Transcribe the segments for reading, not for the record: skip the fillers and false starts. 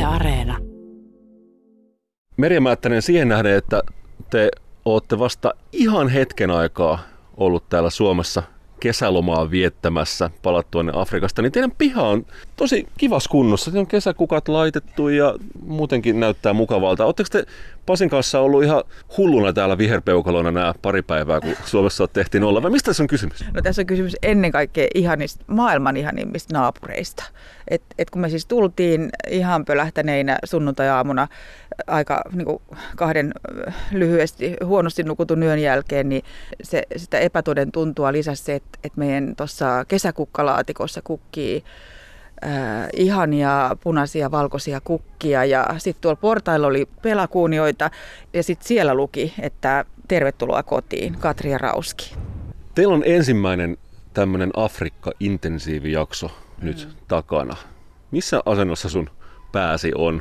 Yle Areena. Merja Määttänen, siihen nähden, että te olette vasta ihan hetken aikaa ollut täällä Suomessa kesälomaa viettämässä palattuanne Afrikasta, niin teidän piha on tosi kivassa kunnossa. Siinä on kesäkukat laitettu ja muutenkin näyttää mukavalta. Oletteko te Pasin kanssa ollut ihan hulluna täällä viherpeukaloina nämä pari päivää, kun Suomessa tehtiin olla? Vai mistä tässä on kysymys? No tässä on kysymys ennen kaikkea maailman ihanimmista naapureista. Et kun me siis tultiin ihan pölähtäneinä sunnuntai-aamuna aika niin kahden lyhyesti huonosti nukutun yön jälkeen, niin sitä epätoden tuntua lisäsi se, että meidän tuossa kesäkukkalaatikossa kukkii ihania punaisia valkoisia kukkia ja sitten tuolla portailla oli pelakuunioita ja sitten siellä luki, että tervetuloa kotiin, Katri ja Rauski. Teillä on ensimmäinen tämmöinen Afrikka-intensiivijakso nyt takana. Missä asennossa sun pääsi on?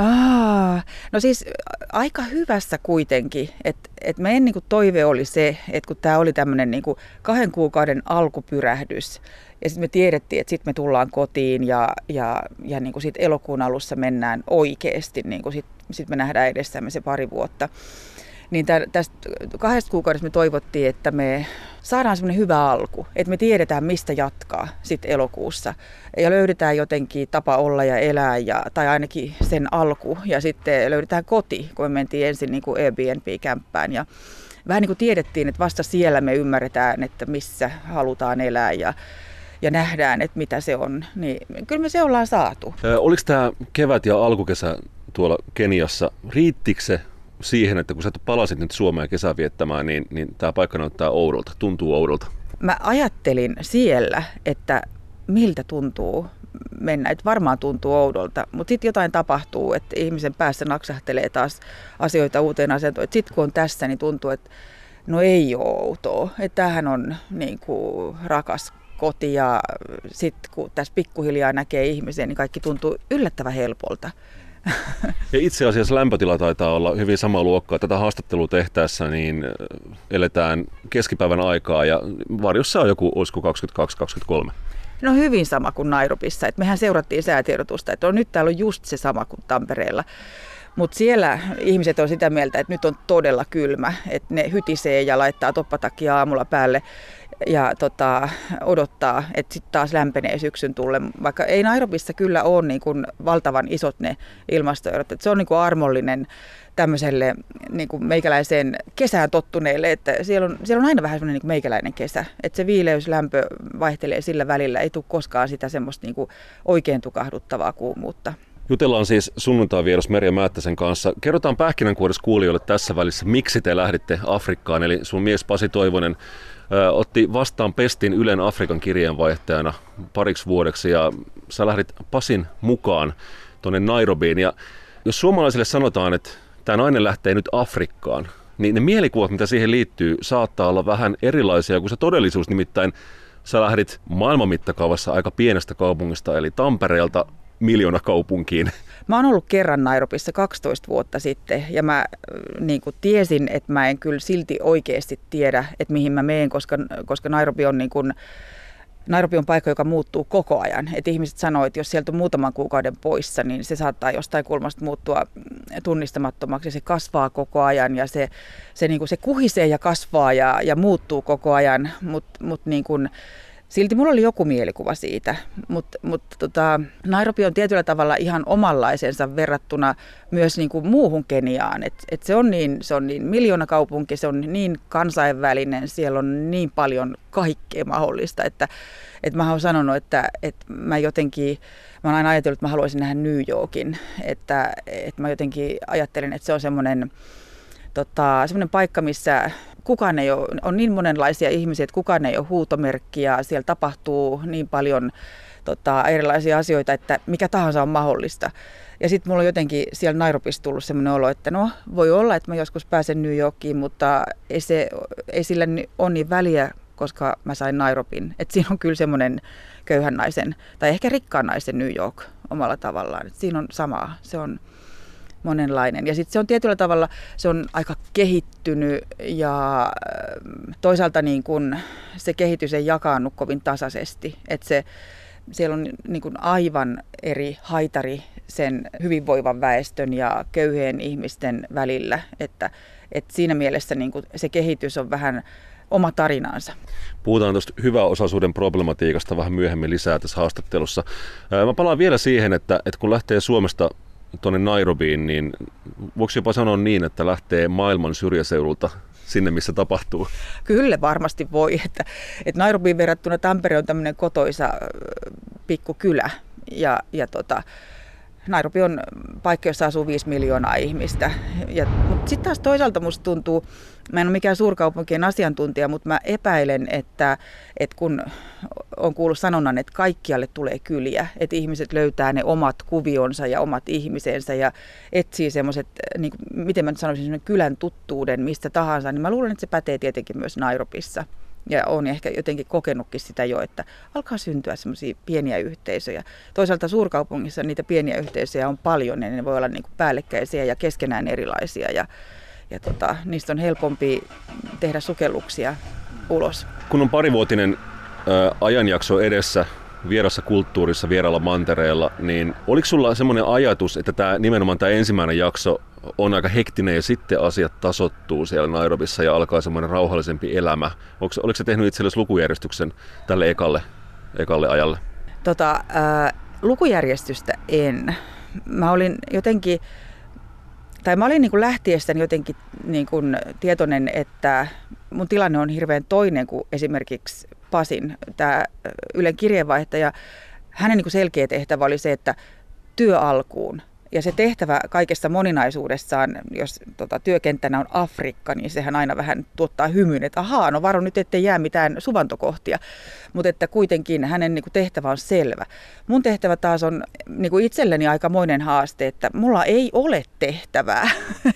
No siis aika hyvässä kuitenkin, että meidän niin kuin toive oli se, että kun tämä oli tämmöinen niin kuin 2 kuukauden alkupyrähdys ja sitten me tiedettiin, että sitten me tullaan kotiin ja niin kuin sit elokuun alussa mennään oikeasti, niin kuin sit me nähdään edessämme se pari vuotta. Niin tästä 2 kuukaudesta me toivottiin, että me saadaan semmoinen hyvä alku, että me tiedetään, mistä jatkaa sitten elokuussa. Ja löydetään jotenkin tapa olla ja elää, tai ainakin sen alku. Ja sitten löydetään koti, kun me mentiin ensin niin kuin Airbnb-kämppään. Ja vähän niin kuin tiedettiin, että vasta siellä me ymmärretään, että missä halutaan elää ja nähdään, että mitä se on. Niin kyllä me se ollaan saatu. Oliko tämä kevät ja alkukesä tuolla Keniassa, riittikö se siihen, että kun sä palasit nyt Suomeen kesää viettämään, niin tämä paikka näyttää oudolta, tuntuu oudolta? Mä ajattelin siellä, että miltä tuntuu mennä, että varmaan tuntuu oudolta, mutta sitten jotain tapahtuu, että ihmisen päässä naksahtelee taas asioita uuteen asentoon. Sitten kun on tässä, niin tuntuu, että no ei ole outoa, että tämähän on niin kuin rakas koti ja sitten kun tässä pikkuhiljaa näkee ihmisen, niin kaikki tuntuu yllättävän helpolta. Ja itse asiassa lämpötila taitaa olla hyvin sama luokkaa. Tätä haastattelua tehtäessä niin eletään keskipäivän aikaa ja varjossa on joku, olisiko 22-23? No hyvin sama kuin Nairobissa. Et mehän seurattiin säätiedotusta, että nyt täällä on just se sama kuin Tampereella. Mutta siellä ihmiset on sitä mieltä, että nyt on todella kylmä, että ne hytisee ja laittaa toppatakia aamulla päälle ja odottaa, että sitten taas lämpenee syksyn tullen. Vaikka ei Nairobissa kyllä ole niin kuin valtavan isot ne ilmastoerot, että se on niin kuin armollinen tämmöiselle niin kuin meikäläiseen kesään tottuneelle, että siellä on aina vähän semmoinen niin kuin meikäläinen kesä, että se viileys, lämpö vaihtelee sillä välillä, ei tule koskaan sitä semmoista niin kuin oikein tukahduttavaa kuumuutta. Jutellaan siis sunnuntai-vieras Merja Määttäsen kanssa. Kerrotaan pähkinänkuoressa kuulijoille tässä välissä, miksi te lähditte Afrikkaan. Eli sun mies Pasi Toivonen otti vastaan pestin Ylen Afrikan kirjeenvaihtajana pariksi vuodeksi ja sä lähdit Pasin mukaan tuonne Nairobiin. Ja jos suomalaisille sanotaan, että tämä nainen lähtee nyt Afrikkaan, niin ne mielikuvat, mitä siihen liittyy, saattaa olla vähän erilaisia kuin se todellisuus. Nimittäin sä lähdit maailman mittakaavassa aika pienestä kaupungista, eli Tampereelta miljoonakaupunkiin. Mä oon ollut kerran Nairobissa 12 vuotta sitten ja mä niin kuin tiesin, että mä en kyllä silti oikeasti tiedä, että mihin mä menen, koska Nairobi on paikka, joka muuttuu koko ajan. Et ihmiset sanoo, että jos sieltä on muutaman kuukauden poissa, niin se saattaa jostain kulmasta muuttua tunnistamattomaksi. Se kasvaa koko ajan ja se kuhisee ja kasvaa ja muuttuu koko ajan, mutta niin kuin silti mulla oli joku mielikuva siitä, mutta Nairobi on tietyllä tavalla ihan omanlaisensa verrattuna myös niin kuin muuhun Keniaan. Et se on niin miljoonakaupunki, se on niin kansainvälinen, siellä on niin paljon kaikkea mahdollista, että mä oon sanonut, että mä oon aina ajatellut, että mä haluaisin nähdä New Yorkin, että mä jotenkin ajattelen, että se on semmoinen paikka, missä kukaan ei ole, on niin monenlaisia ihmisiä, että kukaan ei ole huutomerkkiä, siellä tapahtuu niin paljon erilaisia asioita, että mikä tahansa on mahdollista. Ja sitten mulla on jotenkin siellä Nairobissa tullut sellainen olo, että no voi olla, että mä joskus pääsen New Yorkiin, mutta ei sillä ole niin väliä, koska mä sain Nairobin. Että siinä on kyllä semmoinen köyhän naisen tai ehkä rikkaan naisen New York omalla tavallaan. Et siinä on samaa, se on monenlainen. Ja sitten se on tietyllä tavalla, se on aika kehittynyt ja toisaalta niin kun se kehitys ei jakaannu kovin tasaisesti. Että siellä on niin kun aivan eri sen hyvinvoivan väestön ja köyhien ihmisten välillä, että siinä mielessä niin kuin se kehitys on vähän oma tarinansa. Puhutaan tuosta hyväosaisuuden problematiikasta vähän myöhemmin lisää tässä haastattelussa. Mä palaan vielä siihen, että kun lähtee Suomesta tuonne Nairobiin, niin voiko jopa sanoa niin, että lähtee maailman syrjäseudulta sinne, missä tapahtuu? Kyllä varmasti voi, että Nairobiin verrattuna Tampere on tämmöinen kotoisa pikkukylä ja Nairobi on paikka, jossa asuu 5 miljoonaa ihmistä. Mutta sitten taas toisaalta musta tuntuu, mä en ole mikään suurkaupunkien asiantuntija, mutta mä epäilen, että kun on kuullut sanonnan, että kaikkialle tulee kyliä, että ihmiset löytää ne omat kuvionsa ja omat ihmisensä ja etsii semmoiset, niin miten mä nyt sanoisin, semmoinen kylän tuttuuden mistä tahansa, niin mä luulen, että se pätee tietenkin myös Nairobissa. Ja olen ehkä jotenkin kokenutkin sitä jo, että alkaa syntyä semmoisia pieniä yhteisöjä. Toisaalta suurkaupungissa niitä pieniä yhteisöjä on paljon ja ne voi olla niin kuin päällekkäisiä ja keskenään erilaisia. Ja niistä on helpompi tehdä sukelluksia ulos. Kun on parivuotinen ajanjakso edessä vierassa kulttuurissa, vieraalla mantereella, niin oliko sulla semmoinen ajatus, että nimenomaan tämä ensimmäinen jakso on aika hektinen ja sitten asiat tasoittuu siellä Nairobissa ja alkaa semmoinen rauhallisempi elämä? Oliko se tehnyt itsellesi lukujärjestyksen tälle ekalle ajalle? Lukujärjestystä en. Mä olin niin kuin lähtiessäni jotenkin niin kuin tietoinen, että mun tilanne on hirveän toinen kuin esimerkiksi Pasin, tämä Ylen kirjeenvaihtaja. Hänen niin kuin selkeä tehtävä oli se, että työ alkuun. Ja se tehtävä kaikessa moninaisuudessaan, jos työkenttänä on Afrikka, niin sehän aina vähän tuottaa hymyn, että ahaa, no varo nyt, ettei jää mitään suvantokohtia. Mutta että kuitenkin hänen niin kuin tehtävä on selvä. Mun tehtävä taas on niin kuin itselleni aikamoinen haaste, että mulla ei ole tehtävää.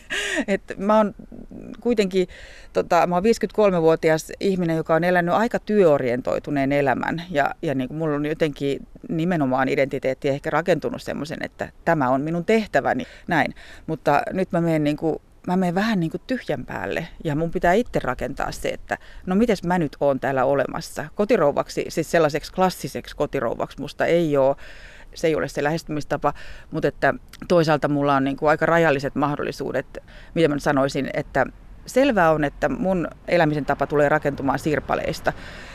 että mä oon kuitenkin, mä oon 53-vuotias ihminen, joka on elänyt aika työorientoituneen elämän. Ja niin kuin mulla on jotenkin nimenomaan identiteetti ehkä rakentunut semmoisen, että tämä on minun tehtäväni, näin. Mutta nyt mä menen vähän niin kuin tyhjän päälle ja mun pitää itse rakentaa se, että no mites mä nyt oon täällä olemassa. Kotirouvaksi, siis sellaiseksi klassiseksi kotirouvaksi musta se ei ole se lähestymistapa, mutta että toisaalta mulla on niin kuin aika rajalliset mahdollisuudet, mitä mä sanoisin, että selvää on, että mun elämisen tapa tulee rakentumaan sirpaleista.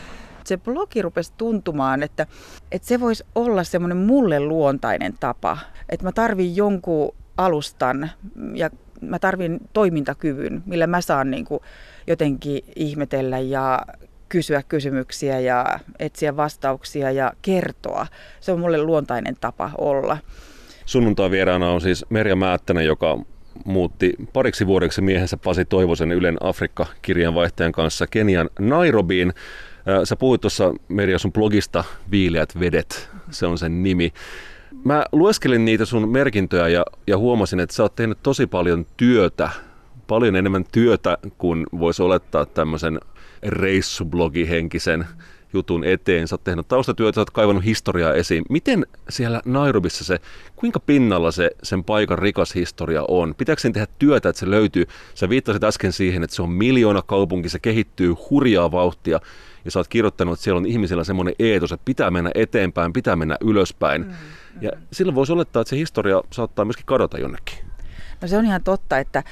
Se blogi rupesi tuntumaan, että se voisi olla semmoinen mulle luontainen tapa, että mä tarvin jonkun alustan ja mä tarvin toimintakyvyn, millä mä saan niin kuin jotenkin ihmetellä ja kysyä kysymyksiä ja etsiä vastauksia ja kertoa. Se on mulle luontainen tapa olla. Sunnuntai vieraana on siis Merja Määttänen, joka muutti pariksi vuodeksi miehensä Pasi Toivosen Ylen Afrikka-kirjanvaihtajan kanssa Kenian Nairobiin. Sä puhuit tuossa, Merja, sun blogista Viileät vedet, se on sen nimi. Mä lueskelin niitä sun merkintöjä ja huomasin, että sä oot tehnyt tosi paljon työtä, paljon enemmän työtä kuin voisi olettaa tämmöisen reissublogihenkisen jutun eteen. Sä oot tehnyt taustatyötä, sä oot kaivannut historiaa esiin. Miten siellä Nairobissa kuinka pinnalla sen paikan rikas historia on? Pitääkö sen tehdä työtä, että se löytyy? Sä viittasit äsken siihen, että se on miljoona kaupunki, se kehittyy hurjaa vauhtia. Ja sä oot kirjoittanut, että siellä on ihmisillä semmoinen eetos, että pitää mennä eteenpäin, pitää mennä ylöspäin. Ja silloin voisi olettaa, että se historia saattaa myöskin kadota jonnekin. No se on ihan totta, että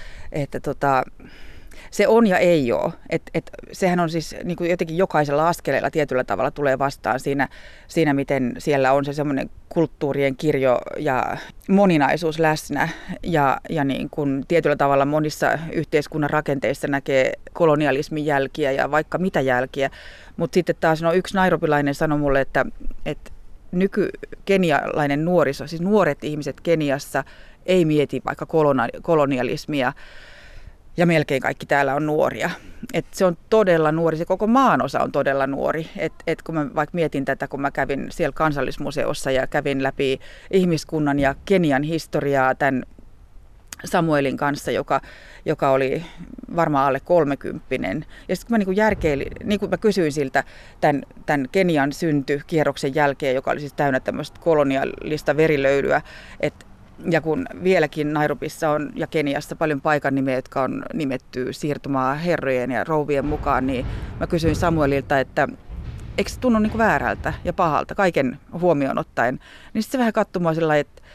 se on ja ei ole. Sehän on siis niin kuin jotenkin jokaisella askeleella tietyllä tavalla tulee vastaan siinä miten siellä on se semmoinen kulttuurien kirjo ja moninaisuus läsnä. Ja niin kuin tietyllä tavalla monissa yhteiskunnan rakenteissa näkee kolonialismin jälkiä ja vaikka mitä jälkiä. Mutta sitten taas yksi nairobilainen sanoi mulle, että nykykenialainen nuoriso, siis nuoret ihmiset Keniassa ei mieti vaikka kolonialismia. Ja melkein kaikki täällä on nuoria. Se on todella nuori, se koko maanosa on todella nuori. Kun mä vaikka mietin tätä, kun mä kävin siellä kansallismuseossa ja kävin läpi ihmiskunnan ja Kenian historiaa tämän Samuelin kanssa, joka oli varmaan alle 30. Ja sitten kun mä niin kuin mä kysyin siltä tämän Kenian syntykierroksen jälkeen, joka oli siis täynnä tämmöistä kolonialista verilöylyä, ja kun vieläkin Nairobissa on ja Keniassa paljon paikan nimiä, jotka on nimetty siirtomaa herrojen ja rouvien mukaan, niin mä kysyin Samuelilta, että eikö se tunnu niin kuin väärältä ja pahalta kaiken huomioon ottaen. Niin sitten se vähän katsoi mua sillä lailla,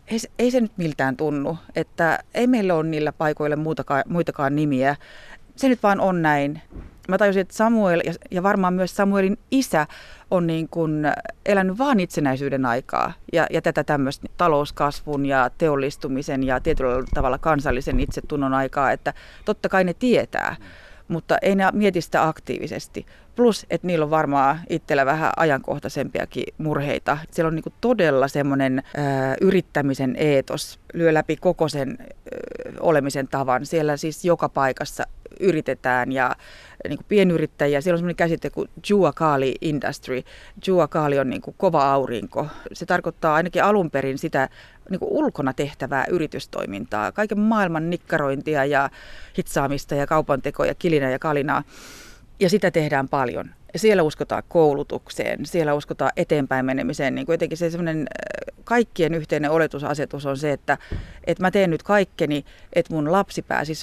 ei se nyt miltään tunnu, että ei meillä ole niillä paikoilla muitakaan nimiä. Se nyt vaan on näin. Mä tajusin, että Samuel ja varmaan myös Samuelin isä on niin kuin elänyt vaan itsenäisyyden aikaa ja tätä tämmöistä talouskasvun ja teollistumisen ja tietyllä tavalla kansallisen itsetunnon aikaa, että totta kai ne tietää, mutta ei ne mieti sitä aktiivisesti. Plus, että niillä on varmaan itsellä vähän ajankohtaisempiakin murheita. Siellä on niin kuin todella semmoinen yrittämisen eetos, lyö läpi koko sen olemisen tavan. Siellä siis joka paikassa yritetään ja niin kuin pienyrittäjiä. Siellä on semmoinen käsite kuin Jua Kali Industry. Jua Kali on niin kuin kova aurinko. Se tarkoittaa ainakin alun perin sitä niin kuin ulkona tehtävää yritystoimintaa. Kaiken maailman nikkarointia ja hitsaamista ja kaupantekoa ja kilinää ja kalinaa. Ja sitä tehdään paljon. Siellä uskotaan koulutukseen, siellä uskotaan eteenpäin menemiseen. Niin kuin jotenkin se semmoinen kaikkien yhteinen oletusasetus on se, että mä teen nyt kaikkeni, että mun lapsi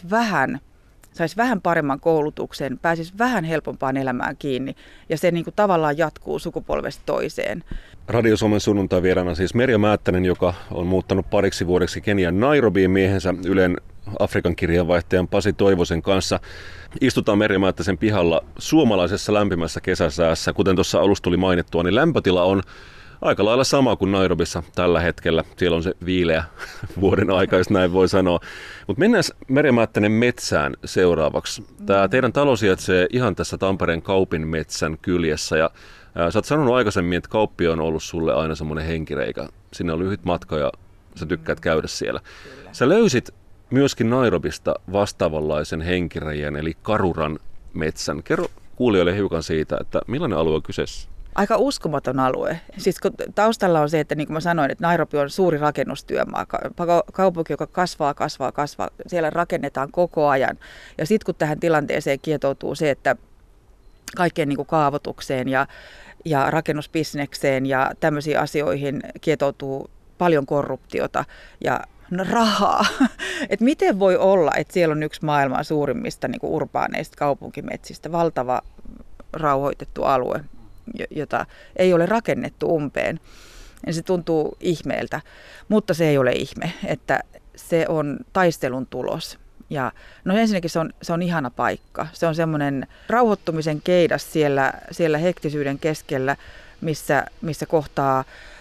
saisi vähän paremman koulutuksen, pääsisi vähän helpompaan elämään kiinni. Ja se niin kuin tavallaan jatkuu sukupolvesta toiseen. Radio Suomen sunnuntai-vieraana siis Merja Määttänen, joka on muuttanut pariksi vuodeksi Kenian Nairobiin miehensä Ylen Afrikan kirjeenvaihtajan Pasi Toivosen kanssa. Istutaan Merja Määttäsen pihalla suomalaisessa lämpimässä kesäsäässä. Kuten tuossa alussa tuli mainittua, niin lämpötila on aika lailla sama kuin Nairobissa tällä hetkellä. Siellä on se viileä vuoden aika, jos näin voi sanoa. Mutta mennään Merja Määttänen metsään seuraavaksi. Tämä teidän talo sijaitsee ihan tässä Tampereen Kaupin metsän kyljessä. Ja sä oot sanonut aikaisemmin, että Kauppi on ollut sulle aina semmoinen henkireikä. Sinne on lyhyt matka ja sä tykkäät käydä siellä. Kyllä. Sä löysit myöskin Nairobista vastaavanlaisen henkireiän, eli Karuran metsän. Kerro kuulijoille hiukan siitä, että millainen alue on kyseessä? Aika uskomaton alue. Siis taustalla on se, että niin kuin mä sanoin, että Nairobi on suuri rakennustyömaa. Kaupunki, joka kasvaa. Siellä rakennetaan koko ajan. Ja sitten kun tähän tilanteeseen kietoutuu se, että kaikkeen niin kuin kaavoitukseen ja rakennusbisnekseen ja tämmöisiin asioihin kietoutuu paljon korruptiota ja rahaa. Et miten voi olla, että siellä on yksi maailman suurimmista niin kuin urbaaneista kaupunkimetsistä, valtava rauhoitettu alue, jota ei ole rakennettu umpeen. Ja se tuntuu ihmeeltä, mutta se ei ole ihme, että se on taistelun tulos. Ja no ensinnäkin se on ihana paikka. Se on semmoinen rauhoittumisen keidas siellä hektisyyden keskellä, missä kohtaa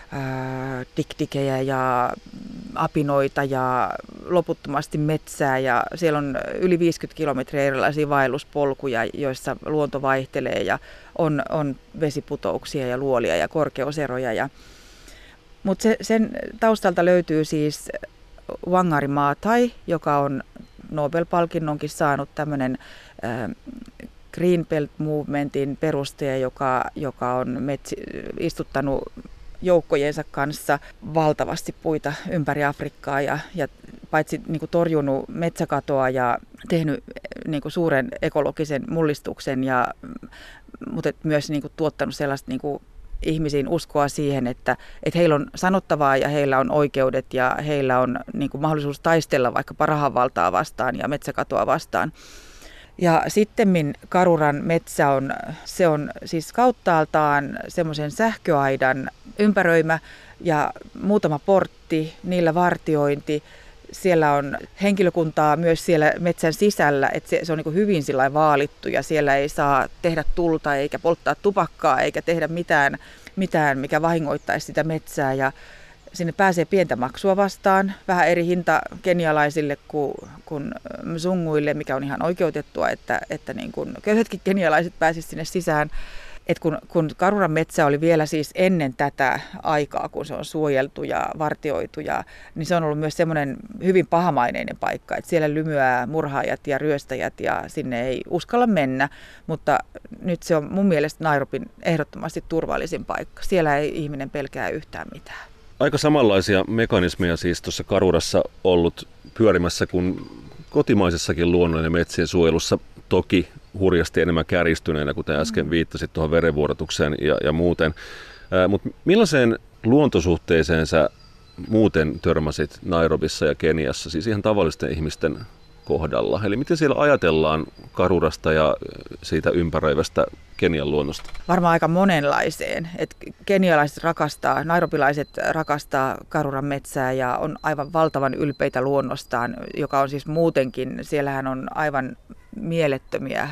dikdikejä ja apinoita ja loputtomasti metsää ja siellä on yli 50 kilometriä erilaisia vaelluspolkuja, joissa luonto vaihtelee ja on vesiputouksia ja luolia ja korkeuseroja. Mutta sen taustalta löytyy siis Wangari Maathai, joka on Nobel-palkinnonkin saanut, tämmöinen Green Belt Movementin perustaja, joka on istuttanut joukkojensa kanssa valtavasti puita ympäri Afrikkaa ja paitsi niin kuin torjunut metsäkatoa ja tehnyt niin kuin suuren ekologisen mullistuksen, mutta myös niin kuin tuottanut sellaista niin kuin ihmisiin uskoa siihen, että heillä on sanottavaa ja heillä on oikeudet ja heillä on niin kuin mahdollisuus taistella vaikkapa rahanvaltaa vastaan ja metsäkatoa vastaan. Ja sittemmin Karuran metsä on siis kauttaaltaan semmoisen sähköaidan ympäröimä ja muutama portti, niillä vartiointi. Siellä on henkilökuntaa myös siellä metsän sisällä, että se on niin kuin hyvin sillai vaalittu ja siellä ei saa tehdä tulta eikä polttaa tupakkaa eikä tehdä mitään mikä vahingoittaisi sitä metsää. Ja sinne pääsee pientä maksua vastaan, vähän eri hinta kenialaisille kuin mzunguille, mikä on ihan oikeutettua, että niin kuin köyhätkin kenialaiset pääsisivät sinne sisään. Et kun Karuran metsä oli vielä siis ennen tätä aikaa, kun se on suojeltu ja vartioitu, niin se on ollut myös semmoinen hyvin pahamaineinen paikka, että siellä lymyää murhaajat ja ryöstäjät ja sinne ei uskalla mennä, mutta nyt se on mun mielestä Nairobin ehdottomasti turvallisin paikka. Siellä ei ihminen pelkää yhtään mitään. Aika samanlaisia mekanismeja siis tuossa Karurassa ollut pyörimässä kuin kotimaisessakin luonnon ja metsien suojelussa, toki hurjasti enemmän kärjistyneenä, kuten äsken viittasit tuohon verenvuodatukseen ja muuten. Mutta millaiseen luontosuhteeseen sä muuten törmäsit Nairobissa ja Keniassa, siis ihan tavallisten ihmisten kohdalla? Eli miten siellä ajatellaan Karurasta ja siitä ympäröivästä Kenian luonnosta? Varmaan aika monenlaiseen. Et kenialaiset rakastaa, nairobilaiset rakastaa Karuran metsää ja on aivan valtavan ylpeitä luonnostaan, joka on siis muutenkin, siellähän on aivan mielettömiä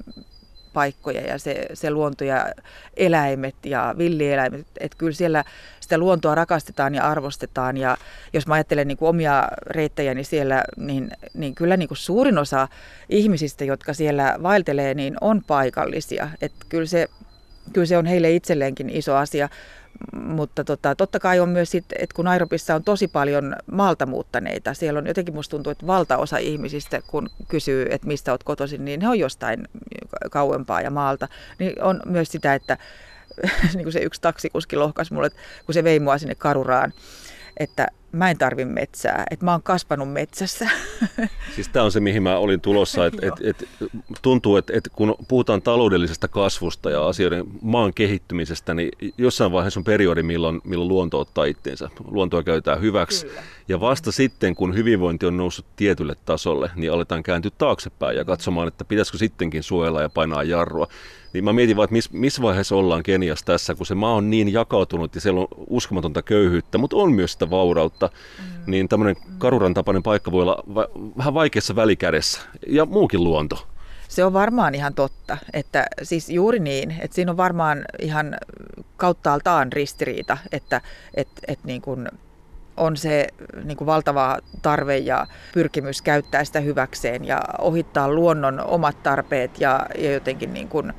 paikkoja ja se luonto ja eläimet ja villieläimet, että kyllä siellä sitä luontoa rakastetaan ja arvostetaan ja jos mä ajattelen niin kuin omia reittäjäni siellä, niin kyllä niin kuin suurin osa ihmisistä, jotka siellä vaeltelee, niin on paikallisia, että kyllä se on heille itselleenkin iso asia. Mutta totta kai on myös, että kun Nairobissa on tosi paljon maalta muuttaneita, siellä on jotenkin musta tuntuu, että valtaosa ihmisistä, kun kysyy, että mistä olet kotoisin, niin he on jostain kauempaa ja maalta. Niin on myös sitä, että niin kuin se yksi taksikuski lohkasi mulle, että kun se vei mua sinne Karuraan, että mä en tarvi metsää, että mä oon kasvanut metsässä. Siis tämä on se, mihin mä olin tulossa, että tuntuu, että kun puhutaan taloudellisesta kasvusta ja asioiden maan kehittymisestä, niin jossain vaiheessa on periodi, milloin luonto ottaa itteensä. Luontoa käytetään hyväksi. Kyllä. Ja vasta sitten, kun hyvinvointi on noussut tietylle tasolle, niin aletaan kääntyä taaksepäin ja katsomaan, että pitäisikö sittenkin suojella ja painaa jarrua. Niin mä mietin vaan, että missä vaiheessa ollaan Keniassa tässä, kun se maa on niin jakautunut ja siellä on uskomatonta köyhyyttä, mutta on myös sitä vaurautta. Niin tämmöinen Karuran tapainen paikka voi olla vähän vaikeassa välikädessä ja muukin luonto. Se on varmaan ihan totta, että siis juuri niin, että siinä on varmaan ihan kauttaaltaan ristiriita, että niin kuin on se niin kuin valtava tarve ja pyrkimys käyttää sitä hyväkseen ja ohittaa luonnon omat tarpeet ja jotenkin niin kuin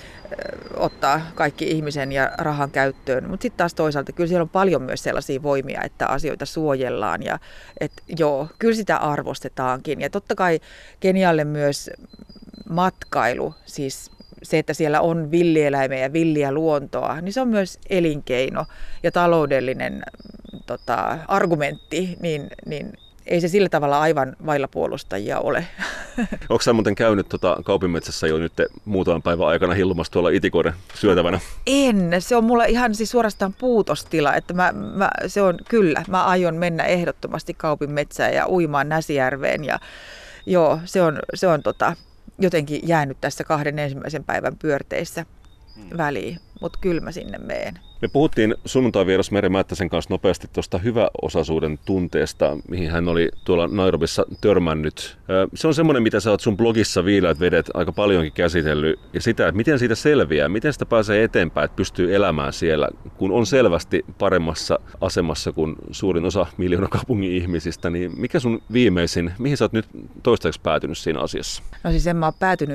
ottaa kaikki ihmisen ja rahan käyttöön. Mutta sitten taas toisaalta kyllä siellä on paljon myös sellaisia voimia, että asioita suojellaan ja että joo, kyllä sitä arvostetaankin. Ja totta kai Kenialle myös matkailu, siis se, että siellä on villieläimiä ja villiä luontoa, niin se on myös elinkeino ja taloudellinen argumentti, niin ei se sillä tavalla aivan vailla puolustajia ole. Onko sä muuten käynyt Kaupinmetsässä jo nyt muutaman päivän aikana hillumassa tuolla itikoiden syötävänä? En. Se on mulla ihan siis suorastaan puutostila, että se on kyllä. Mä aion mennä ehdottomasti Kaupinmetsään ja uimaan Näsijärveen ja joo, se on jotenkin jäänyt tässä 2 ensimmäisen päivän pyörteissä väliin, mutta kyllä mä sinne meen. Me puhuttiin sunnuntai-vieras Merja Määttäsen kanssa nopeasti tuosta hyväosaisuuden tunteesta, mihin hän oli tuolla Nairobissa törmännyt. Se on semmoinen, mitä sä oot sun blogissa Viileät vedet aika paljonkin käsitellyt, ja sitä, että miten siitä selviää, miten sitä pääsee eteenpäin, että pystyy elämään siellä, kun on selvästi paremmassa asemassa kuin suurin osa miljoonakaupungin ihmisistä, niin mikä sun viimeisin, mihin sä oot nyt toistaiseksi päätynyt siinä asiassa? No siis en mä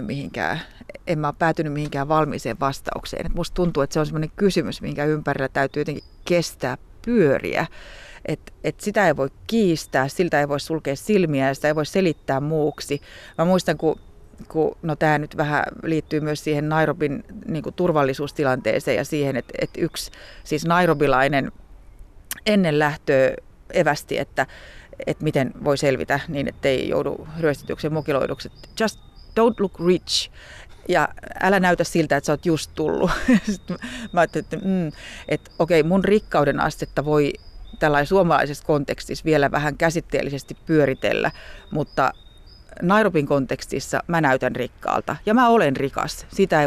ole päätynyt mihinkään valmiiseen vastaukseen. Et musta tuntuu, että se on semmoinen kysymys, minkä ympärillä täytyy jotenkin kestää pyöriä. Et sitä ei voi kiistää, siltä ei voi sulkea silmiä ja sitä ei voi selittää muuksi. Mä muistan, kun tämä nyt vähän liittyy myös siihen Nairobin niin kuin turvallisuustilanteeseen ja siihen, että yksi siis nairobilainen ennen lähtöä evästi, että miten voi selvitä niin, ettei joudu ryöstetyksi ja mukiloiduksi. Just don't look rich. Ja älä näytä siltä, että sä oot just tullut. Sitten mä ajattelin, että okei, mun rikkauden astetta voi tällainen suomalaisessa kontekstissa vielä vähän käsitteellisesti pyöritellä, mutta Nairobin kontekstissa mä näytän rikkaalta ja mä olen rikas. Sitä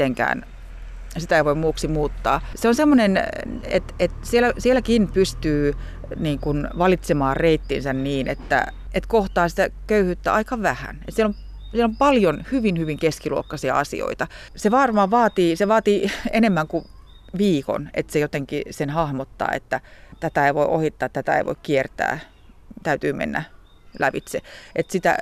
ei voi muuksi muuttaa. Se on semmoinen, että sielläkin pystyy niin kuin valitsemaan reittinsä niin, että kohtaa sitä köyhyyttä aika vähän. Siellä on paljon hyvin, hyvin keskiluokkaisia asioita. Se varmaan vaatii enemmän kuin viikon, että se jotenkin sen hahmottaa, että tätä ei voi ohittaa, tätä ei voi kiertää, täytyy mennä lävitse. Että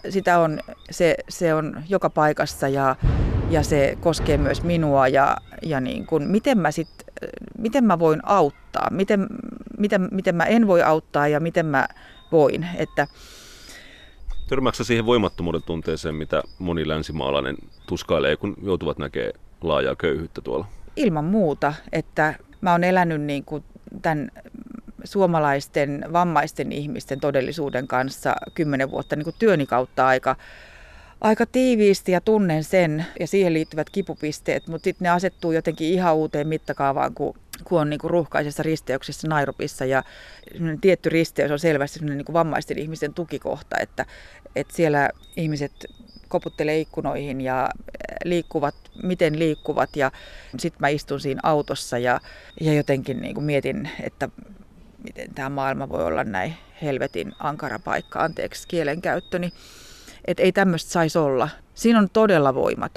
se on joka paikassa ja se koskee myös minua ja niin kuin, miten mä voin auttaa, miten mä en voi auttaa ja miten mä voin, että törmääksä siihen voimattomuuden tunteeseen, mitä moni länsimaalainen tuskailee, kun joutuvat näkemään laajaa köyhyyttä tuolla? Ilman muuta, että mä oon elänyt niin kuin tämän suomalaisten vammaisten ihmisten todellisuuden kanssa 10 vuotta niin kuin työni kautta aika tiiviisti ja tunnen sen ja siihen liittyvät kipupisteet, mutta sitten ne asettuu jotenkin ihan uuteen mittakaavaan, kun on niin kuin ruuhkaisessa risteyksessä Nairobissa ja tietty risteys on selvästi niin kuin vammaisten ihmisten tukikohta, että siellä ihmiset koputtelee ikkunoihin ja liikkuvat, miten liikkuvat. Ja sitten mä istun siinä autossa ja jotenkin niin kuin mietin, että miten tämä maailma voi olla näin helvetin ankara paikka, anteeksi kielenkäyttöni. Että ei tämmöistä saisi olla. Siinä on todella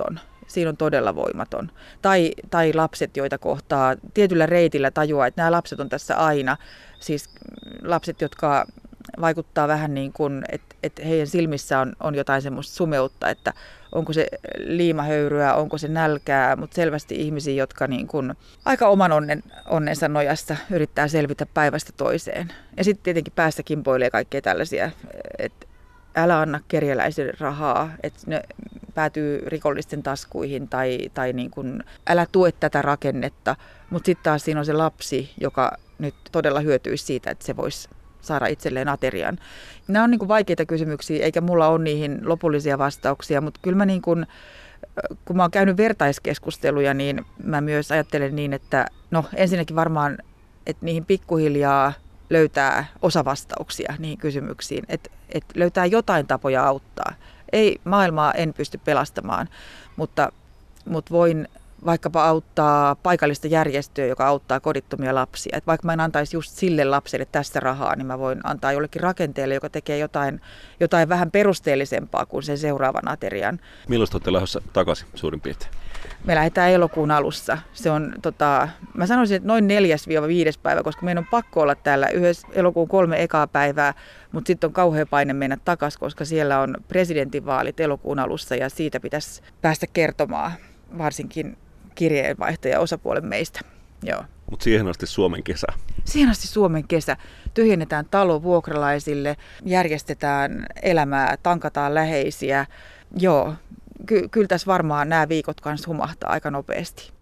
voimaton. Tai lapset, joita kohtaa tietyllä reitillä tajuaa, että nämä lapset on tässä aina. Siis lapset, jotka vaikuttaa vähän niin kuin, että heidän silmissä on jotain semmoista sumeutta, että onko se liimahöyryä, onko se nälkää, mutta selvästi ihmisiä, jotka niin kuin aika oman onnensa nojassa yrittää selvitä päivästä toiseen. Ja sitten tietenkin päästä kimpoilee kaikkea tällaisia, että älä anna kerjäläisille rahaa, että ne päätyy rikollisten taskuihin tai niin kuin, älä tue tätä rakennetta. Mutta sitten taas siinä on se lapsi, joka nyt todella hyötyisi siitä, että se voisi saada itselleen aterian. Nämä on niin kuin vaikeita kysymyksiä, eikä mulla ole niihin lopullisia vastauksia, mutta kyllä mä niin kuin, kun mä oon käynyt vertaiskeskusteluja, niin mä myös ajattelen niin, että no ensinnäkin varmaan, että niihin pikkuhiljaa löytää osavastauksia niihin kysymyksiin, että löytää jotain tapoja auttaa. Ei maailmaa en pysty pelastamaan, mutta voin vaikkapa auttaa paikallista järjestöä, joka auttaa kodittomia lapsia. Et vaikka mä en antaisi just sille lapselle tästä rahaa, niin mä voin antaa jollekin rakenteelle, joka tekee jotain vähän perusteellisempaa kuin sen seuraavan aterian. Milloin olette lähdössä takaisin suurin piirtein? Me lähdetään elokuun alussa. Se on, mä sanoisin, että noin 4-5 päivä, koska meidän on pakko olla täällä yhdessä elokuun 3 ekaa päivää, mutta sitten on kauhea paine mennä takaisin, koska siellä on presidentinvaalit elokuun alussa ja siitä pitäisi päästä kertomaan, varsinkin kirjeenvaihtaja osapuolen meistä. Joo. Mutta siihen asti Suomen kesä. Siihen asti Suomen kesä. Tyhjennetään talo vuokralaisille, järjestetään elämää, tankataan läheisiä. Joo, kyllä tässä varmaan nämä viikot kanssa humahtaa aika nopeasti.